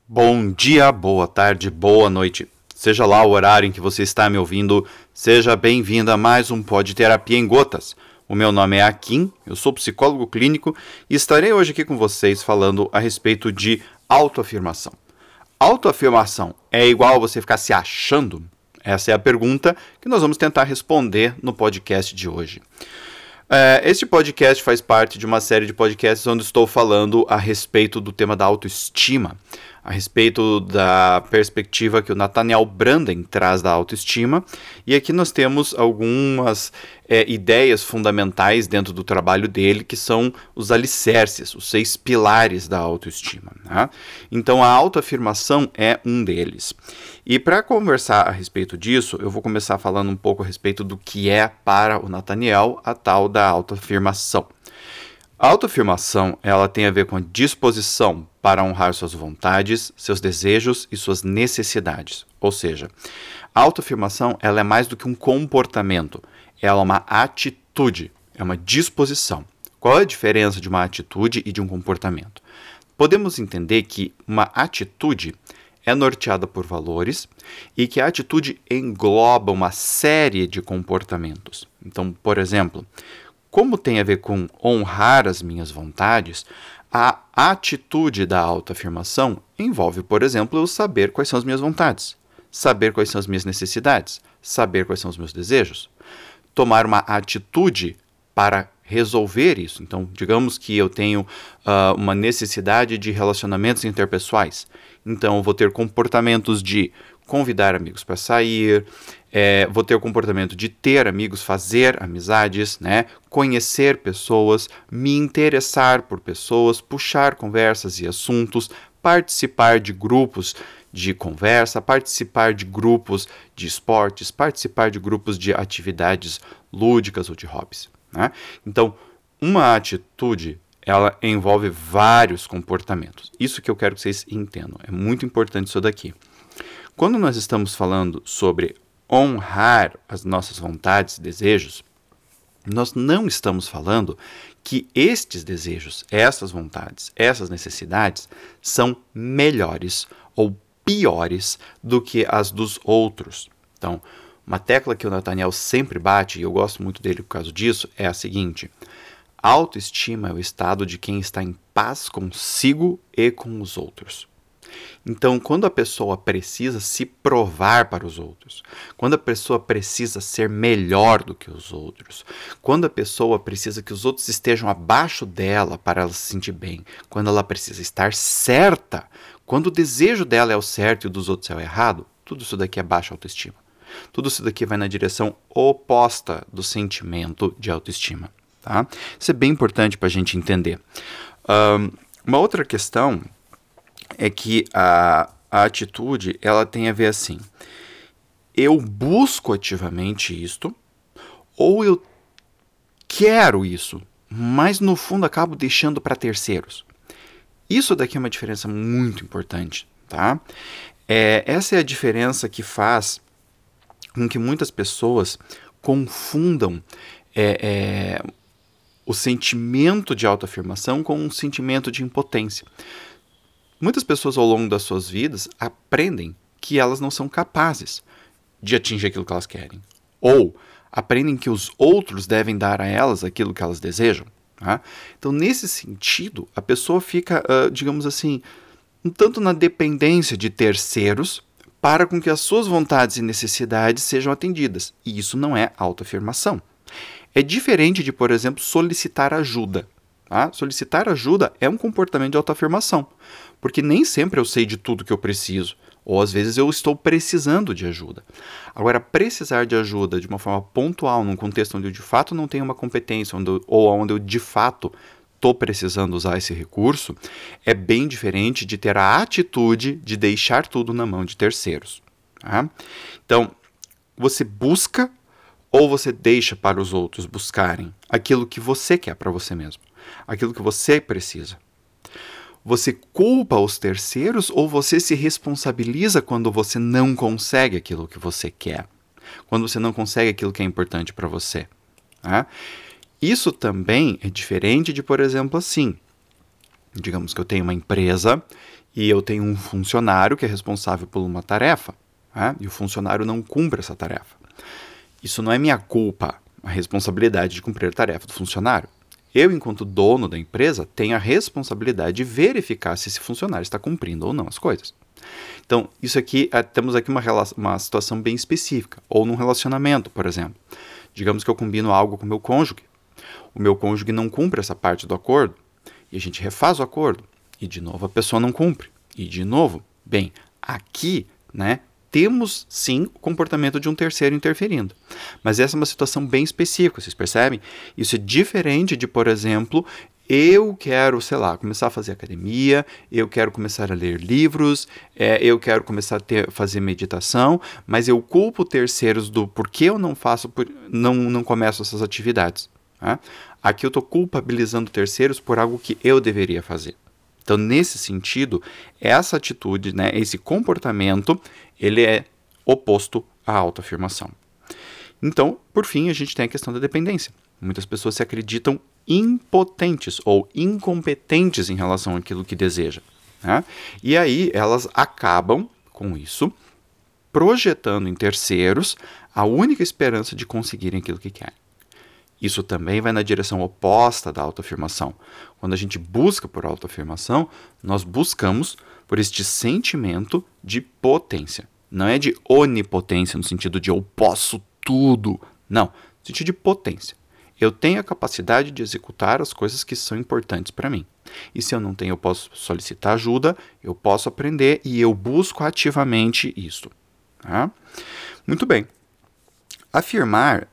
Bom dia, boa tarde, boa noite. Seja lá o horário em que você está me ouvindo, seja bem-vindo a mais um Pod Terapia em Gotas. O meu nome é Akin, eu sou psicólogo clínico e estarei hoje aqui com vocês falando a respeito de autoafirmação. Autoafirmação é igual a você ficar se achando? Essa é a pergunta que nós vamos tentar responder no podcast de hoje. Este podcast faz parte de uma série de podcasts onde estou falando a respeito do tema da autoestima, a respeito da perspectiva que o Nathaniel Branden traz da autoestima, e aqui nós temos algumas ideias fundamentais dentro do trabalho dele, que são os alicerces, os 6 pilares da autoestima, né? Então a autoafirmação é um deles. E para conversar a respeito disso, eu vou começar falando um pouco a respeito do que é para o Nathaniel a tal da autoafirmação. A autoafirmação, ela tem a ver com a disposição para honrar suas vontades, seus desejos e suas necessidades. Ou seja, a autoafirmação, ela é mais do que um comportamento, ela é uma atitude, é uma disposição. Qual é a diferença de uma atitude e de um comportamento? Podemos entender que uma atitude é norteada por valores e que a atitude engloba uma série de comportamentos. Então, por exemplo, como tem a ver com honrar as minhas vontades, a atitude da autoafirmação envolve, por exemplo, eu saber quais são as minhas vontades, saber quais são as minhas necessidades, saber quais são os meus desejos, tomar uma atitude para resolver isso. Então, digamos que eu tenho uma necessidade de relacionamentos interpessoais. Então, eu vou ter comportamentos de convidar amigos para sair, vou ter o comportamento de ter amigos, fazer amizades, né? Conhecer pessoas, me interessar por pessoas, puxar conversas e assuntos, participar de grupos de conversa, participar de grupos de esportes, participar de grupos de atividades lúdicas ou de hobbies, né? Então, uma atitude, ela envolve vários comportamentos. Isso que eu quero que vocês entendam. É muito importante isso daqui. Quando nós estamos falando sobre honrar as nossas vontades e desejos, nós não estamos falando que estes desejos, essas vontades, essas necessidades são melhores ou piores do que as dos outros. Então, uma tecla que o Nathaniel sempre bate, e eu gosto muito dele por causa disso, é a seguinte: autoestima é o estado de quem está em paz consigo e com os outros. Então, quando a pessoa precisa se provar para os outros, quando a pessoa precisa ser melhor do que os outros, quando a pessoa precisa que os outros estejam abaixo dela para ela se sentir bem, quando ela precisa estar certa, quando o desejo dela é o certo e o dos outros é o errado, tudo isso daqui é baixa autoestima. Tudo isso daqui vai na direção oposta do sentimento de autoestima. Tá? Isso é bem importante para a gente entender. Uma outra questão é que a atitude, ela tem a ver assim: eu busco ativamente isto, ou eu quero isso, mas no fundo acabo deixando para terceiros. Isso daqui é uma diferença muito importante, tá? Essa é a diferença que faz com que muitas pessoas confundam o sentimento de autoafirmação com um sentimento de impotência. Muitas pessoas ao longo das suas vidas aprendem que elas não são capazes de atingir aquilo que elas querem. Ou aprendem que os outros devem dar a elas aquilo que elas desejam. Tá? Então, nesse sentido, a pessoa fica, digamos assim, um tanto na dependência de terceiros para com que as suas vontades e necessidades sejam atendidas. E isso não é autoafirmação. É diferente de, por exemplo, solicitar ajuda. Tá? Solicitar ajuda é um comportamento de autoafirmação, porque nem sempre eu sei de tudo que eu preciso, ou às vezes eu estou precisando de ajuda. Agora, precisar de ajuda de uma forma pontual, num contexto onde eu de fato não tenho uma competência, ou onde eu de fato estou precisando usar esse recurso, é bem diferente de ter a atitude de deixar tudo na mão de terceiros. Tá? Então, você busca ou você deixa para os outros buscarem aquilo que você quer para você mesmo, aquilo que você precisa. Você culpa os terceiros ou você se responsabiliza quando você não consegue aquilo que você quer, quando você não consegue aquilo que é importante para você. Tá? Isso também é diferente de, por exemplo, assim, digamos que eu tenho uma empresa e eu tenho um funcionário que é responsável por uma tarefa, né? E o funcionário não cumpre essa tarefa. Isso não é minha culpa, a responsabilidade de cumprir a tarefa do funcionário. Eu, enquanto dono da empresa, tenho a responsabilidade de verificar se esse funcionário está cumprindo ou não as coisas. Então, isso aqui, temos aqui uma situação bem específica, ou num relacionamento, por exemplo. Digamos que eu combino algo com o meu cônjuge. O meu cônjuge não cumpre essa parte do acordo, e a gente refaz o acordo, e de novo a pessoa não cumpre. E de novo, bem, aqui, né, temos sim o comportamento de um terceiro interferindo. Mas essa é uma situação bem específica, vocês percebem? Isso é diferente de, por exemplo, eu quero, sei lá, começar a fazer academia, eu quero começar a ler livros, eu quero começar a fazer meditação, mas eu culpo terceiros do porquê eu não faço, não começo essas atividades. Né? Aqui eu estou culpabilizando terceiros por algo que eu deveria fazer. Então, nesse sentido, essa atitude, né, esse comportamento, ele é oposto à autoafirmação. Então, por fim, a gente tem a questão da dependência. Muitas pessoas se acreditam impotentes ou incompetentes em relação àquilo que deseja. Né? E aí elas acabam, com isso, projetando em terceiros a única esperança de conseguirem aquilo que querem. Isso também vai na direção oposta da autoafirmação. Quando a gente busca por autoafirmação, nós buscamos por este sentimento de potência. Não é de onipotência no sentido de eu posso tudo. Não, no sentido de potência. Eu tenho a capacidade de executar as coisas que são importantes para mim. E se eu não tenho, eu posso solicitar ajuda, eu posso aprender e eu busco ativamente isso. Tá? Muito bem. Afirmar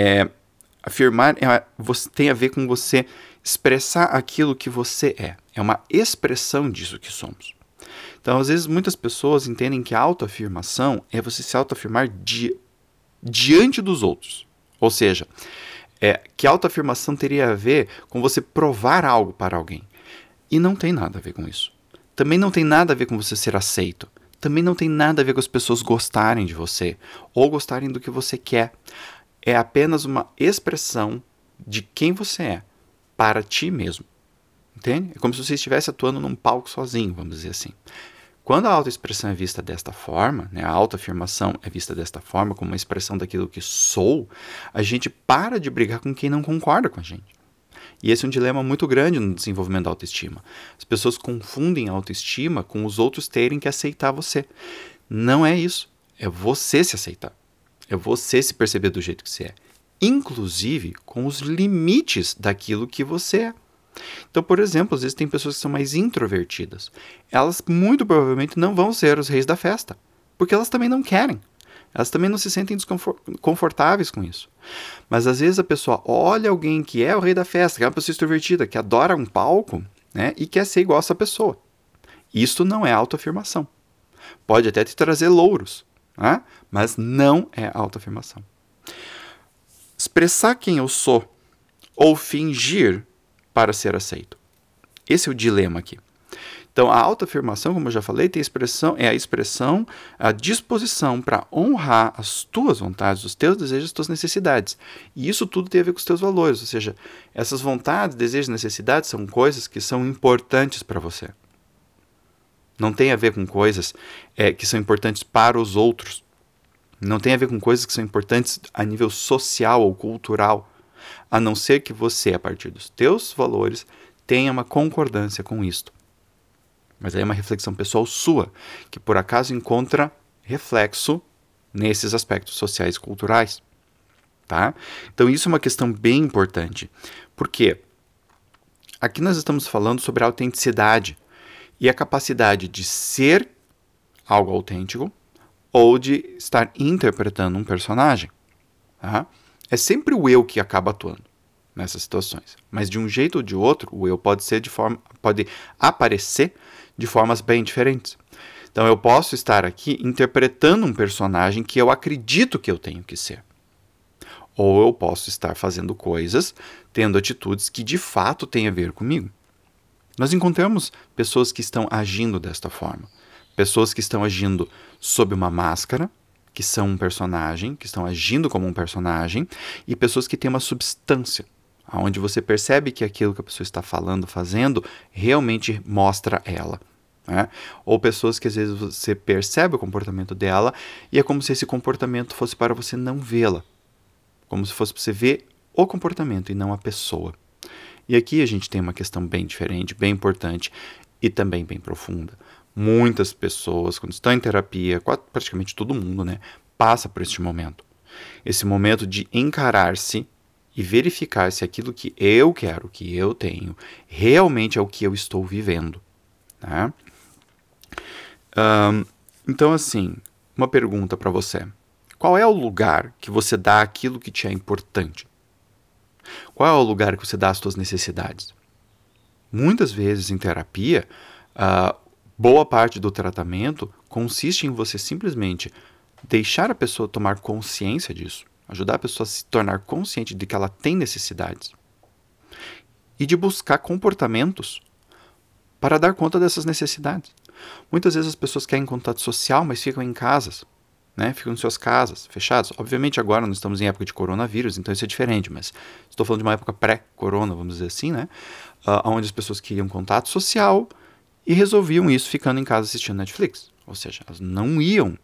tem a ver com você expressar aquilo que você é. É uma expressão disso que somos. Então, às vezes, muitas pessoas entendem que a autoafirmação é você se autoafirmar diante dos outros. Ou seja, que a autoafirmação teria a ver com você provar algo para alguém. E não tem nada a ver com isso. Também não tem nada a ver com você ser aceito. Também não tem nada a ver com as pessoas gostarem de você ou gostarem do que você quer. É apenas uma expressão de quem você é para ti mesmo. Entende? É como se você estivesse atuando num palco sozinho, vamos dizer assim. Quando a autoexpressão é vista desta forma, né, a autoafirmação é vista desta forma, como uma expressão daquilo que sou, a gente para de brigar com quem não concorda com a gente. E esse é um dilema muito grande no desenvolvimento da autoestima. As pessoas confundem a autoestima com os outros terem que aceitar você. Não é isso. É você se aceitar. É você se perceber do jeito que você é. Inclusive com os limites daquilo que você é. Então, por exemplo, às vezes tem pessoas que são mais introvertidas. Elas muito provavelmente não vão ser os reis da festa, porque elas também não querem. Elas também não se sentem confortáveis com isso. Mas às vezes a pessoa olha alguém que é o rei da festa, que é uma pessoa extrovertida, que adora um palco, né, e quer ser igual a essa pessoa. Isso não é autoafirmação. Pode até te trazer louros, né, mas não é autoafirmação. Expressar quem eu sou ou fingir para ser aceito. Esse é o dilema aqui. Então, a autoafirmação, como eu já falei, a disposição para honrar as tuas vontades, os teus desejos, as tuas necessidades. E isso tudo tem a ver com os teus valores. Ou seja, essas vontades, desejos e necessidades são coisas que são importantes para você. Não tem a ver com coisas que são importantes para os outros. Não tem a ver com coisas que são importantes a nível social ou cultural. A não ser que você, a partir dos teus valores, tenha uma concordância com isto. Mas aí é uma reflexão pessoal sua, que por acaso encontra reflexo nesses aspectos sociais e culturais. Tá? Então isso é uma questão bem importante. Por quê? Aqui nós estamos falando sobre a autenticidade e a capacidade de ser algo autêntico ou de estar interpretando um personagem. Tá? É sempre o eu que acaba atuando nessas situações. Mas de um jeito ou de outro, o eu pode aparecer de formas bem diferentes. Então eu posso estar aqui interpretando um personagem que eu acredito que eu tenho que ser. Ou eu posso estar fazendo coisas, tendo atitudes que de fato têm a ver comigo. Nós encontramos pessoas que estão agindo desta forma. Pessoas que estão agindo sob uma máscara, que são um personagem, que estão agindo como um personagem, e pessoas que têm uma substância, onde você percebe que aquilo que a pessoa está falando, fazendo, realmente mostra ela. né? Ou pessoas que às vezes você percebe o comportamento dela e é como se esse comportamento fosse para você não vê-la. Como se fosse para você ver o comportamento e não a pessoa. E aqui a gente tem uma questão bem diferente, bem importante e também bem profunda. Muitas pessoas, quando estão em terapia, praticamente todo mundo, né, passa por este momento. Esse momento de encarar-se e verificar se aquilo que eu quero, que eu tenho, realmente é o que eu estou vivendo. Né? Então, assim, uma pergunta para você. Qual é o lugar que você dá aquilo que te é importante? Qual é o lugar que você dá as suas necessidades? Muitas vezes em terapia, boa parte do tratamento consiste em você simplesmente deixar a pessoa tomar consciência disso, ajudar a pessoa a se tornar consciente de que ela tem necessidades e de buscar comportamentos para dar conta dessas necessidades. Muitas vezes as pessoas querem contato social, mas ficam em casas, né? Ficam em suas casas, fechadas. Obviamente agora nós estamos em época de coronavírus, então isso é diferente, mas estou falando de uma época pré-corona, vamos dizer assim, né? Onde as pessoas queriam contato social e resolviam isso ficando em casa assistindo Netflix. Ou seja, elas não iam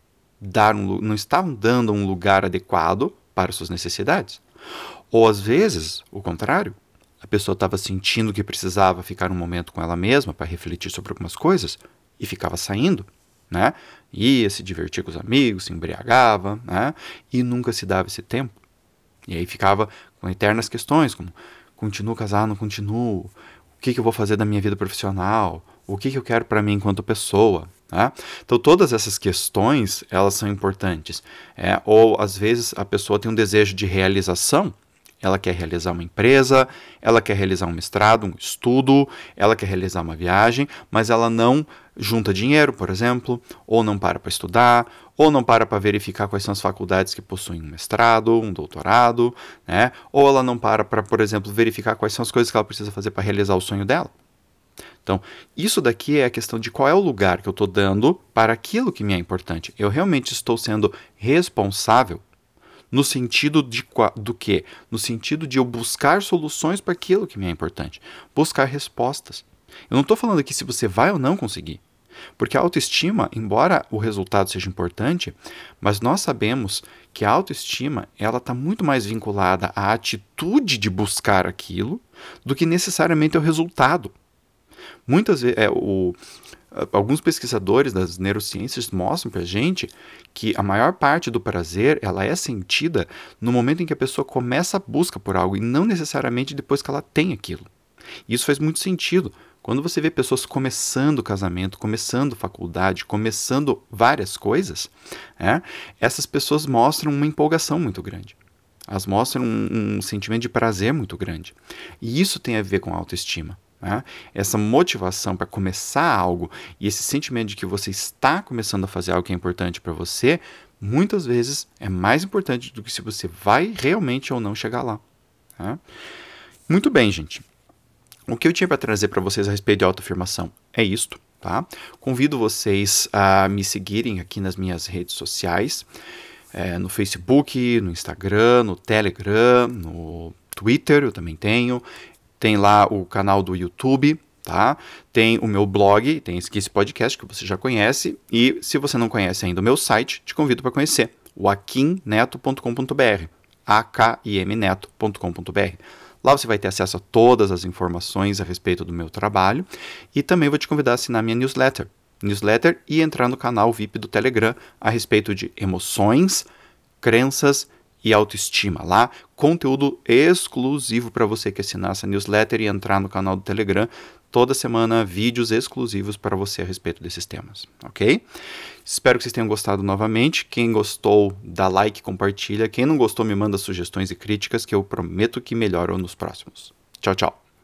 não estavam dando um lugar adequado para suas necessidades. Ou às vezes, o contrário, a pessoa estava sentindo que precisava ficar um momento com ela mesma para refletir sobre algumas coisas e ficava saindo, né? Ia se divertir com os amigos, se embriagava, né? E nunca se dava esse tempo. E aí ficava com eternas questões, como continuo casado, não continuo, o que eu vou fazer da minha vida profissional, o que eu quero para mim enquanto pessoa. Tá? Então todas essas questões, elas são importantes. Ou às vezes a pessoa tem um desejo de realização, ela quer realizar uma empresa, ela quer realizar um mestrado, um estudo, ela quer realizar uma viagem, mas ela não junta dinheiro, por exemplo, ou não para estudar, ou não para verificar quais são as faculdades que possuem um mestrado, um doutorado, né? Ou ela não para, por exemplo, verificar quais são as coisas que ela precisa fazer para realizar o sonho dela. Então, isso daqui é a questão de qual é o lugar que eu estou dando para aquilo que me é importante. Eu realmente estou sendo responsável no sentido do quê? No sentido de eu buscar soluções para aquilo que me é importante. Buscar respostas. Eu não estou falando aqui se você vai ou não conseguir. Porque a autoestima, embora o resultado seja importante, mas nós sabemos que a autoestima ela está muito mais vinculada à atitude de buscar aquilo do que necessariamente ao resultado. Muitas vezes, alguns pesquisadores das neurociências mostram para a gente que a maior parte do prazer ela é sentida no momento em que a pessoa começa a busca por algo e não necessariamente depois que ela tem aquilo. Isso faz muito sentido. Quando você vê pessoas começando casamento, começando faculdade, começando várias coisas, essas pessoas mostram uma empolgação muito grande. Elas mostram um sentimento de prazer muito grande. E isso tem a ver com a autoestima. Essa motivação para começar algo e esse sentimento de que você está começando a fazer algo que é importante para você, muitas vezes é mais importante do que se você vai realmente ou não chegar lá. Muito bem, gente. O que eu tinha para trazer para vocês a respeito de autoafirmação é isto. Tá? Convido vocês a me seguirem aqui nas minhas redes sociais, no Facebook, no Instagram, no Telegram, no Twitter, eu também tenho. Tem lá o canal do YouTube, tá? Tem o meu blog, tem esse podcast que você já conhece. E se você não conhece ainda o meu site, te convido para conhecer, o akimneto.com.br, akimneto.com.br. Lá você vai ter acesso a todas as informações a respeito do meu trabalho. E também vou te convidar a assinar minha newsletter e entrar no canal VIP do Telegram a respeito de emoções, crenças e autoestima. Lá, conteúdo exclusivo para você que assinar essa newsletter e entrar no canal do Telegram. Toda semana, vídeos exclusivos para você a respeito desses temas, ok? Espero que vocês tenham gostado novamente. Quem gostou, dá like, compartilha. Quem não gostou, me manda sugestões e críticas que eu prometo que melhoram nos próximos. Tchau, tchau.